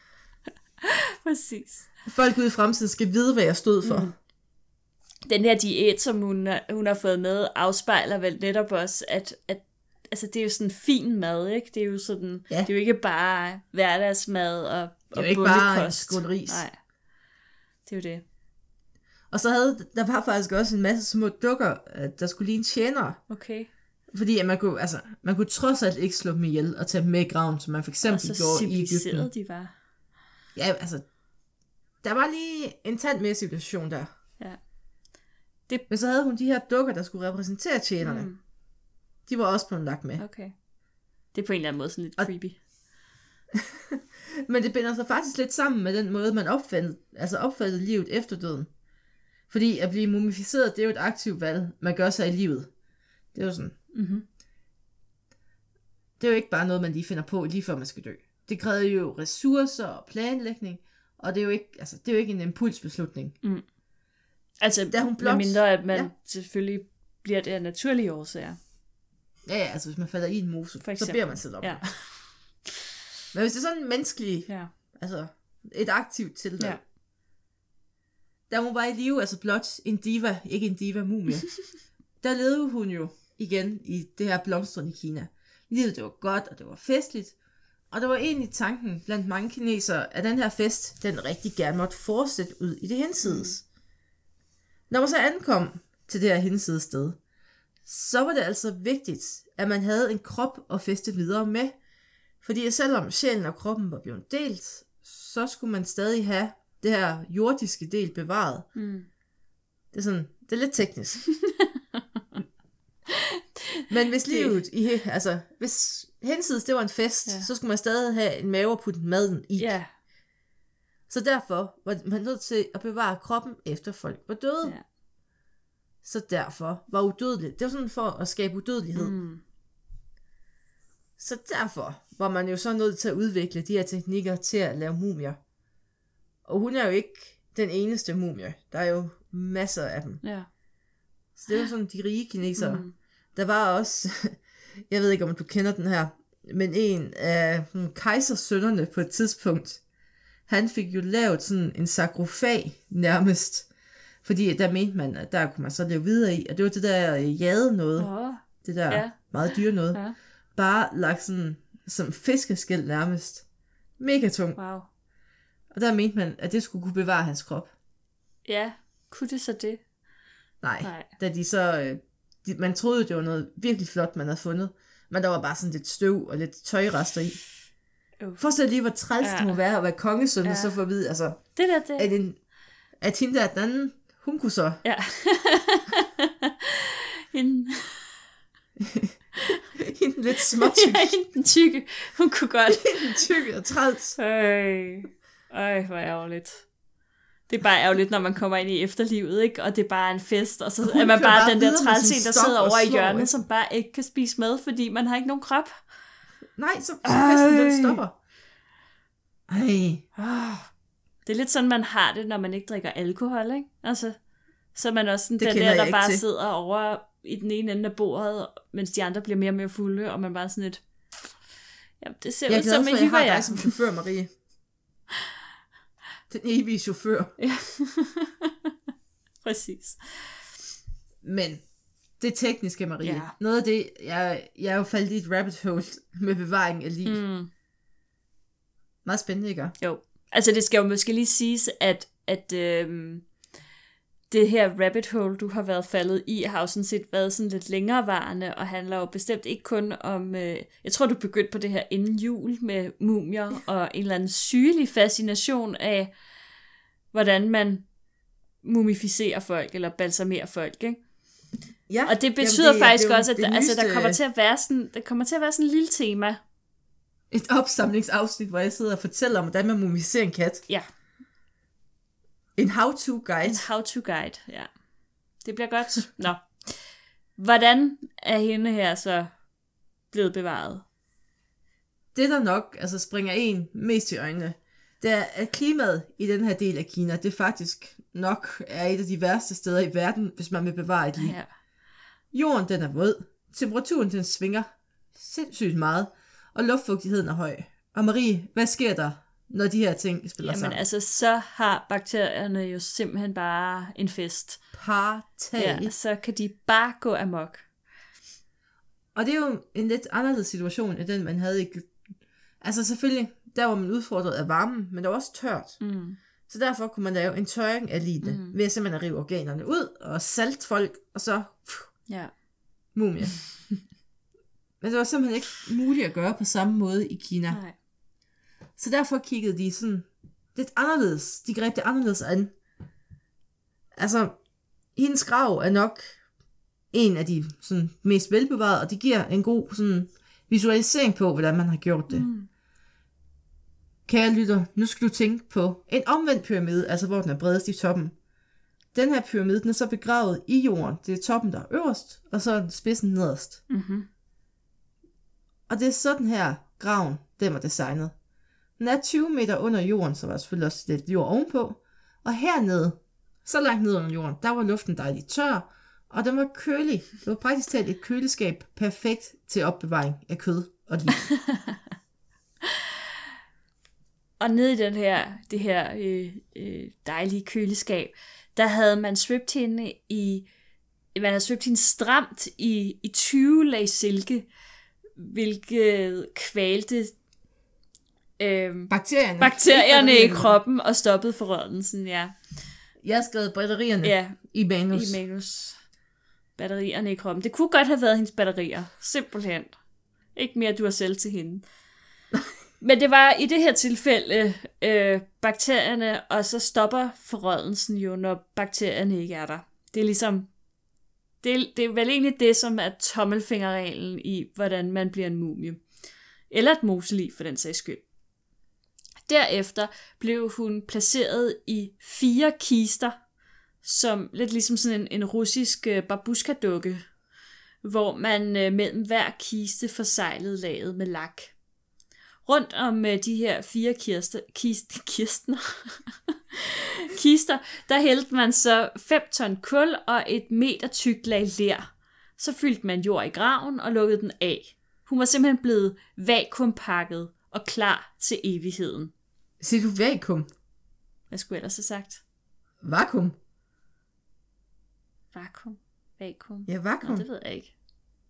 Speaker 1: Præcis.
Speaker 2: Folk ude i fremtiden skal vide, hvad jeg stod for. Mm.
Speaker 1: Den her diæt, som hun, hun har fået med, afspejler vel netop også, at, at altså, det er jo sådan fin mad, ikke? Det er jo sådan, ja. Det er jo ikke bare hverdagsmad og, og
Speaker 2: det er jo ikke bare en skål ris.
Speaker 1: Nej, det er jo det.
Speaker 2: Og så havde, der var faktisk også en masse små dukker, der skulle ligne tjenere.
Speaker 1: Okay.
Speaker 2: Fordi at man kunne, altså, man kunne trods alt ikke slå dem ihjel og tage dem med i graven, som man for eksempel
Speaker 1: og så
Speaker 2: gjorde i Egypten.
Speaker 1: de var.
Speaker 2: Ja, altså, der var lige en tand mere civilisation der.
Speaker 1: Ja. Det...
Speaker 2: Men så havde hun de her dukker, der skulle repræsentere tjenerne. Mm. De var også blevet lagt med.
Speaker 1: Okay. Det er på en eller anden måde sådan lidt
Speaker 2: og...
Speaker 1: creepy.
Speaker 2: Men det binder sig faktisk lidt sammen med den måde, man opfattede, altså opfattede livet efter døden. Fordi at blive mumificeret, det er jo et aktivt valg, man gør sig i livet. Det er jo sådan.
Speaker 1: Mm-hmm.
Speaker 2: Det er jo ikke bare noget, man lige finder på, lige før man skal dø. Det kræver jo ressourcer og planlægning, og det er jo ikke, altså, det er jo ikke en impulsbeslutning.
Speaker 1: Mm. Altså,
Speaker 2: da hun blot,
Speaker 1: med mindre, at man
Speaker 2: ja.
Speaker 1: selvfølgelig bliver det af naturlige årsager.
Speaker 2: Ja, ja, altså hvis man falder i en mose, så beder man selv om
Speaker 1: ja.
Speaker 2: Men hvis det er sådan en menneskelig,
Speaker 1: ja.
Speaker 2: altså et aktivt tilvalg.
Speaker 1: Ja.
Speaker 2: Da hun var i live, altså blot en diva, ikke en diva-mumie, der levede hun jo igen i det her blomstrende Kina. Livet, det var godt, og det var festligt. Og der var egentlig tanken blandt mange kinesere, at den her fest, den rigtig gerne måtte fortsætte ud i det hinsides. Mm. Når man så ankom til det her hinsides sted, så var det altså vigtigt, at man havde en krop at feste videre med. Fordi selvom sjælen og kroppen var blevet delt, så skulle man stadig have det her jordiske del bevaret. Mm. Det er sådan, det er lidt teknisk. Men hvis livet, i, altså hvis hinsides det var en fest, ja. Så skulle man stadig have en mave at putte maden i.
Speaker 1: Ja.
Speaker 2: Så derfor var man nødt til at bevare kroppen efter folk var døde. Ja. Så derfor var udødeligt. Det var sådan for at skabe udødelighed. Mm. Så derfor var man jo så nødt til at udvikle de her teknikker til at lave mumier. Og hun er jo ikke den eneste mumie. Der er jo masser af dem.
Speaker 1: Ja.
Speaker 2: Så det er jo sådan de rige kinesere. Mm. Der var også, jeg ved ikke om du kender den her, men en af kejsersønnerne på et tidspunkt, han fik jo lavet sådan en sarkofag nærmest. Fordi der mente man, at der kunne man så leve videre i. Og det var det der jade noget. Oh. Det der ja. Meget dyre noget. Ja. Bare lagt sådan som fiskeskæld nærmest. Mega tung.
Speaker 1: Wow.
Speaker 2: Og der mente man, at det skulle kunne bevare hans krop.
Speaker 1: Ja, kunne det så det?
Speaker 2: Nej, Nej. Da de så, de, man troede, det var noget virkelig flot, man havde fundet. Men der var bare sådan lidt støv og lidt tøjrester i. Uh. Forestil lige, hvor træls ja. Det må være at være kongesøn, ja. Og så få at vide, altså,
Speaker 1: det der, det.
Speaker 2: At, en, at hende der, den anden, hun kunne så.
Speaker 1: Ja. hende.
Speaker 2: hende lidt småtyk.
Speaker 1: Ja, hende den tykke. Hun kunne godt.
Speaker 2: hende den tykke og træls.
Speaker 1: Øj. Øj, hvor ærgerligt. Det er bare ærgerligt, når man kommer ind i efterlivet, ikke? Og det er bare en fest, og så og er man bare, bare den der trælsen, der sidder over i hjørnet, ikke? Som bare ikke kan spise med, fordi man har ikke nogen krop.
Speaker 2: Nej, så, så festen den stopper. Ej.
Speaker 1: Oh. Det er lidt sådan, man har det, når man ikke drikker alkohol, ikke? Altså, så er man også sådan den der, der bare til. Sidder over i den ene ende af bordet, mens de andre bliver mere og mere fulde, og man bare sådan et... Ja, det ser
Speaker 2: jeg
Speaker 1: ud som,
Speaker 2: at jeg har dig som chauffør, Marie. Den evige chauffør.
Speaker 1: Ja. Præcis.
Speaker 2: Men det tekniske, Marie.
Speaker 1: Ja.
Speaker 2: Noget af det, jeg, jeg er jo faldet i et rabbit hole med bevaring af liv. Mm. Meget spændende, ikke?
Speaker 1: Jo. Altså det skal jo måske lige siges, at, at øhm, det her rabbit hole, du har været faldet i, har jo sådan set været sådan lidt længerevarende, og handler jo bestemt ikke kun om, øh, jeg tror du begyndte på det her inden jul med mumier, og en eller anden sygelig fascination af, hvordan man mumificerer folk, eller balsamerer folk, ikke?
Speaker 2: Ja,
Speaker 1: og det betyder jamen det, faktisk det, også, at
Speaker 2: det,
Speaker 1: der,
Speaker 2: det
Speaker 1: altså, der kommer til at være sådan, der kommer til at være sådan en lille tema.
Speaker 2: Et opsamlingsafsnit, hvor jeg sidder og fortæller om, hvordan man mumificerer en kat.
Speaker 1: Ja.
Speaker 2: En how-to-guide.
Speaker 1: En how-to-guide, ja. Det bliver godt. Nå. Hvordan er hende her så blevet bevaret?
Speaker 2: Det, der nok altså springer en mest i øjnene, det er, at klimaet i den her del af Kina, det faktisk nok er et af de værste steder i verden, hvis man vil bevare et liv.
Speaker 1: Ja.
Speaker 2: Jorden, den er våd. Temperaturen, den svinger sindssygt meget. Og luftfugtigheden er høj. Og Marie, hvad sker der, når de her ting spiller
Speaker 1: Jamen
Speaker 2: sammen?
Speaker 1: altså, så har bakterierne jo simpelthen bare en fest.
Speaker 2: Partag.
Speaker 1: Ja, så kan de bare gå amok.
Speaker 2: Og det er jo en lidt anderledes situation, end den man havde i Egypten. Altså selvfølgelig, der var man udfordret af varmen, men der var også tørt.
Speaker 1: Mm.
Speaker 2: Så derfor kunne man lave en tørring af ligene, mm. ved at simpelthen at rive organerne ud, og salte folk, og så pff,
Speaker 1: Ja.
Speaker 2: mumie. Men det var simpelthen ikke muligt at gøre på samme måde i Kina.
Speaker 1: Nej.
Speaker 2: Så derfor kiggede de sådan lidt anderledes. De greb det anderledes an. Altså, hendes grav er nok en af de sådan, mest velbevarede, og det giver en god sådan, visualisering på, hvordan man har gjort det.
Speaker 1: Mm.
Speaker 2: Kære lytter, nu skal du tænke på en omvendt pyramide, altså hvor den er bredest i toppen. Den her pyramide, den er så begravet i jorden. Det er toppen, der er øverst, og så er spidsen nederst.
Speaker 1: Mm-hmm.
Speaker 2: Og det er sådan her graven, den var designet. Den er tyve meter under jorden, så var der selvfølgelig også lidt jord ovenpå. Og hernede, så langt ned under jorden, der var luften dejligt tør, og den var kølig. Det var praktisk talt et køleskab perfekt til opbevaring af kød og liv.
Speaker 1: Og nede i den her, det her øh, øh, dejlige køleskab, der havde man svøbt hende i, man havde svøbt hende stramt i, i tyve lag silke, hvilket kvalte øh,
Speaker 2: Bakterierne.
Speaker 1: bakterierne i kroppen og stoppede forrådelsen, ja.
Speaker 2: Jeg har skrevet batterierne
Speaker 1: Ja,
Speaker 2: i manus.
Speaker 1: i manus. Batterierne i kroppen. Det kunne godt have været hendes batterier. Simpelthen. Ikke mere du har selv til hende. Men det var i det her tilfælde øh, bakterierne, og så stopper forrådelsen jo, når bakterierne ikke er der. Det er ligesom, det er, det er vel egentlig det, som er tommelfingerreglen i, hvordan man bliver en mumie. Eller et moselig, for den sags skyld. Derefter blev hun placeret i fire kister, som lidt ligesom sådan en, en russisk øh, babushka-dukke, hvor man øh, mellem hver kiste forsejlede laget med lak. Rundt om øh, de her fire kirster, kist, kirstner, kister, der hældte man så fem ton kul og et meter tykt lag ler. Så fyldte man jord i graven og lukkede den af. Hun var simpelthen blevet vakuumpakket og klar til evigheden.
Speaker 2: Siger du vakuum?
Speaker 1: Hvad skulle jeg ellers have sagt?
Speaker 2: Vakuum?
Speaker 1: Vakuum? Vakuum?
Speaker 2: Ja, vakuum.
Speaker 1: Nå, det ved jeg ikke.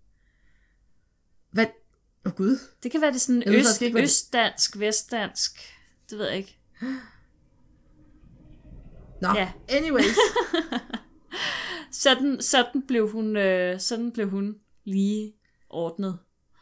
Speaker 2: Hvad? Åh oh, gud.
Speaker 1: Det kan være det sådan
Speaker 2: ved
Speaker 1: øst,
Speaker 2: faktisk ikke, hvad det-
Speaker 1: østdansk, vestdansk. Det ved jeg ikke.
Speaker 2: Nå,
Speaker 1: Ja.
Speaker 2: anyways.
Speaker 1: Sådan, sådan, blev hun, øh, sådan blev hun lige ordnet.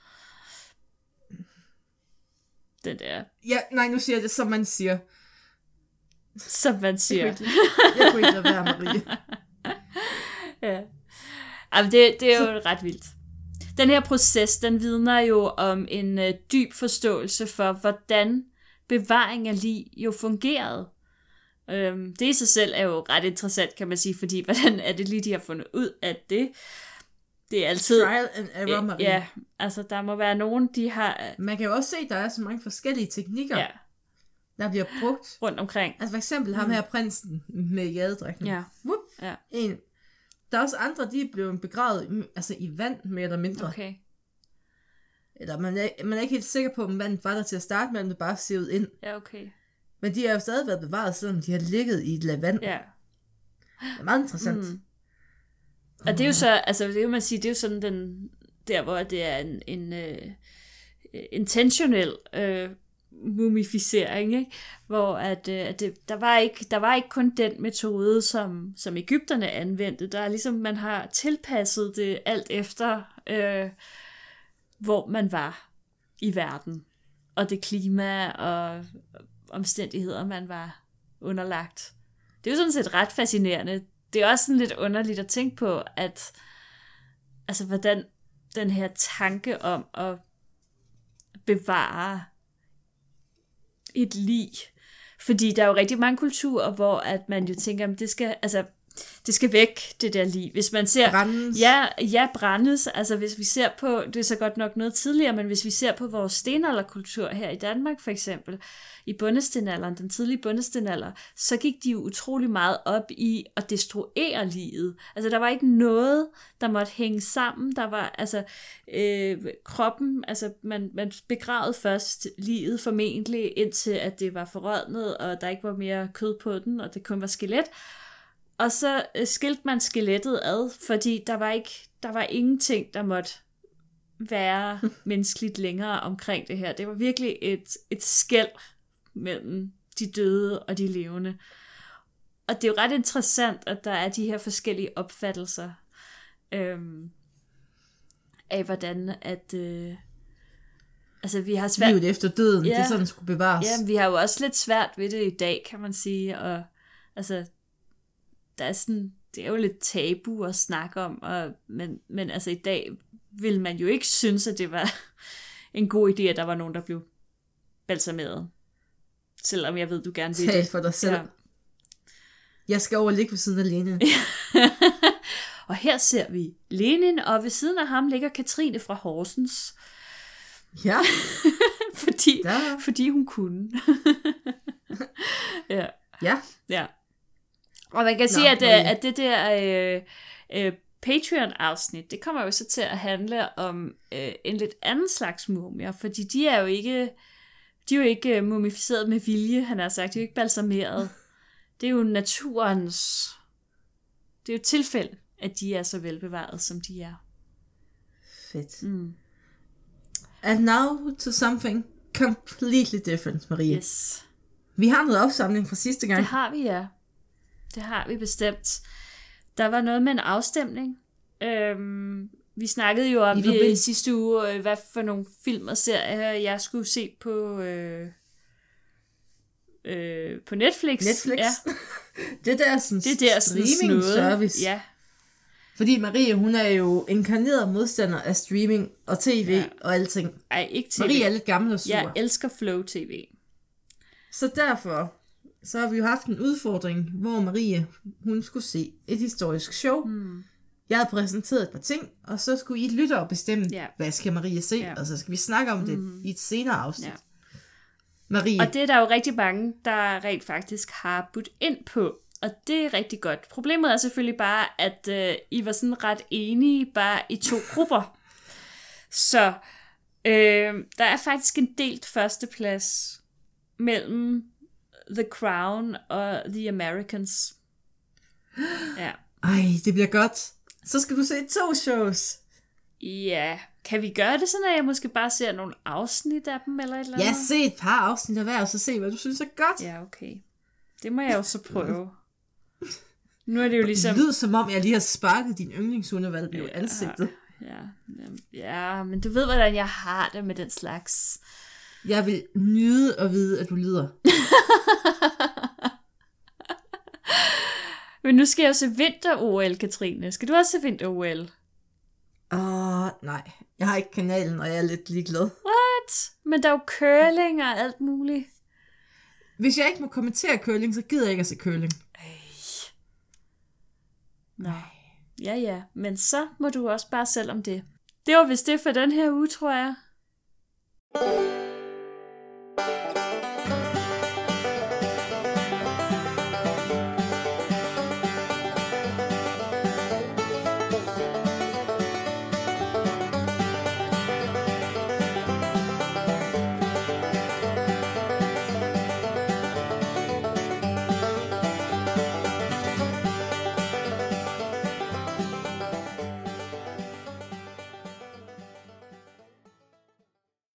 Speaker 1: Den der,
Speaker 2: Ja, nej, nu siger jeg det, som man siger.
Speaker 1: som man siger.
Speaker 2: Jeg kunne ikke, jeg kunne ikke lade være, Marie.
Speaker 1: Ja. Jamen, det, det er jo så ret vildt. Den her proces, den vidner jo om en øh, dyb forståelse for, hvordan bevaring af lig jo fungerede. Øhm, det i sig selv er jo ret interessant, kan man sige, fordi hvordan er det lige, de har fundet ud af det? Det er altid...
Speaker 2: Trial and error, Marie.
Speaker 1: Ja, altså der må være nogen, de har
Speaker 2: Man kan jo også se, at der er så mange forskellige teknikker,
Speaker 1: ja,
Speaker 2: der bliver brugt.
Speaker 1: rundt omkring.
Speaker 2: Altså for eksempel ham her prinsen med jadedrækken.
Speaker 1: Ja,
Speaker 2: Whoop,
Speaker 1: ja,
Speaker 2: en. Der er også andre, de er blevet begravet i- altså i vand, mere eller mindre.
Speaker 1: okay.
Speaker 2: Eller man er, man er ikke helt sikker på, om vandet var der til at starte med, om det bare sivet ind.
Speaker 1: Ja, okay.
Speaker 2: Men de har jo stadig været bevaret, selvom de har ligget i et lag vand.
Speaker 1: Ja.
Speaker 2: Det er meget interessant.
Speaker 1: Mm. Og det er jo så, altså det er jo, man siger, det er jo sådan den, der hvor det er en, en uh, intentionel uh, mumificering, ikke? Hvor at, uh, at det, der, var ikke, der var ikke kun den metode, som, som Egypterne anvendte. Der er ligesom, man har tilpasset det alt efter, uh, hvor man var i verden. Og det klima og omstændigheder, man var underlagt. Det er jo sådan set ret fascinerende. Det er også sådan lidt underligt at tænke på, at altså hvordan den her tanke om at bevare et lig Fordi der er jo rigtig mange kulturer, hvor at man jo tænker, at det skal, altså, det skal væk, det der liv. Hvis man ser...
Speaker 2: Brændes.
Speaker 1: Ja, ja, brændes. Altså hvis vi ser på, det er så godt nok noget tidligere, men hvis vi ser på vores stenalderkultur her i Danmark for eksempel, i bundestenalderen, den tidlige bundestenalder, så gik de jo utrolig meget op i at destruere livet. Altså der var ikke noget, der måtte hænge sammen. Der var altså øh, kroppen, altså man, man begravede først livet formentlig, indtil at det var forrådnet, og der ikke var mere kød på den, og det kun var skelet. Og så skilte man skelettet ad, fordi der var ikke, der var ingenting, der måtte være menneskeligt længere omkring det her. Det var virkelig et, et skel mellem de døde og de levende. Og det er jo ret interessant, at der er de her forskellige opfattelser øhm, af, hvordan at... Øh, altså, vi har svært...
Speaker 2: Livet efter døden,
Speaker 1: ja,
Speaker 2: det er sådan, det skulle bevares.
Speaker 1: Ja, vi har jo også lidt svært ved det i dag, kan man sige. Og altså, der er sådan... Det er jo lidt tabu at snakke om, og, men, men altså i dag vil man jo ikke synes, at det var en god idé, at der var nogen, der blev balsameret. Selvom jeg ved, du gerne vil det.
Speaker 2: Tal for dig selv. Ja. Jeg skal over og ligge ved siden af Lenin.
Speaker 1: Og her ser vi Lenin, og ved siden af ham ligger Katrine fra Horsens.
Speaker 2: Ja.
Speaker 1: fordi, fordi hun kunne. ja.
Speaker 2: Ja.
Speaker 1: Ja. Og man kan Nå, sige, at, at det der øh, øh, Patreon-afsnit, det kommer jo så til at handle om øh, en lidt anden slags mumier, fordi de er jo ikke, de er jo ikke mumificeret med vilje, han har sagt, de er jo ikke balsameret. Det er jo naturens, det er jo tilfælde, at de er så velbevaret, som de er.
Speaker 2: Fedt.
Speaker 1: Mm.
Speaker 2: And now to something completely different, Marie.
Speaker 1: Yes.
Speaker 2: Vi har noget opsamling fra sidste gang.
Speaker 1: Det har vi, ja. Det har vi bestemt. Der var noget med en afstemning. Øhm, vi snakkede jo om i, i sidste uge, hvad for nogle film og serier, jeg skulle se på, øh, øh, på Netflix.
Speaker 2: Netflix?
Speaker 1: Ja.
Speaker 2: det der sådan
Speaker 1: det der streaming
Speaker 2: service.
Speaker 1: Ja.
Speaker 2: Fordi Marie, hun er jo inkarneret modstander af streaming og tv ja. og alting.
Speaker 1: Ej, ikke tv.
Speaker 2: Marie er lidt gammel og sur.
Speaker 1: Jeg elsker Flow T V.
Speaker 2: Så derfor, så har vi jo haft en udfordring, hvor Marie, hun skulle se et historisk show. Hmm. Jeg havde præsenteret et par ting, og så skulle I lyttere bestemme, ja. hvad skal Marie se, ja. og så skal vi snakke om det hmm. i et senere afsnit. Ja. Marie.
Speaker 1: Og det er der jo rigtig mange, der rent faktisk har budt ind på, og det er rigtig godt. Problemet er selvfølgelig bare, at øh, I var sådan ret enige bare i to grupper. Så øh, der er faktisk en delt førsteplads mellem The Crown og The Americans. Ja.
Speaker 2: Ej, det bliver godt. Så skal du se to shows.
Speaker 1: Ja, kan vi gøre det sådan, at jeg måske bare ser nogle afsnit af dem, eller et eller andet?
Speaker 2: Ja, se et par afsnit af hver, og så se, hvad du synes er godt.
Speaker 1: Ja, okay. Det må jeg jo så prøve. Nu er det jo ligesom...
Speaker 2: Det lyder som om, jeg lige har sparket din yndlingshundevalg i ja, ansigtet.
Speaker 1: Ja, ja, men du ved, hvordan jeg har det med den slags.
Speaker 2: Jeg vil nyde at vide, at du lider.
Speaker 1: Men nu skal jeg jo se vinter-O L, Katrine. Skal du også se vinter-O L?
Speaker 2: Åh, uh, nej. Jeg har ikke kanalen, og jeg er lidt ligeglad.
Speaker 1: What? Men der er jo curling og alt muligt.
Speaker 2: Hvis jeg ikke må kommentere curling, så gider jeg ikke at se curling.
Speaker 1: Ej. Nej. Ja, ja. Men så må du også bare selv om det. Det var vist det for den her uge, tror jeg.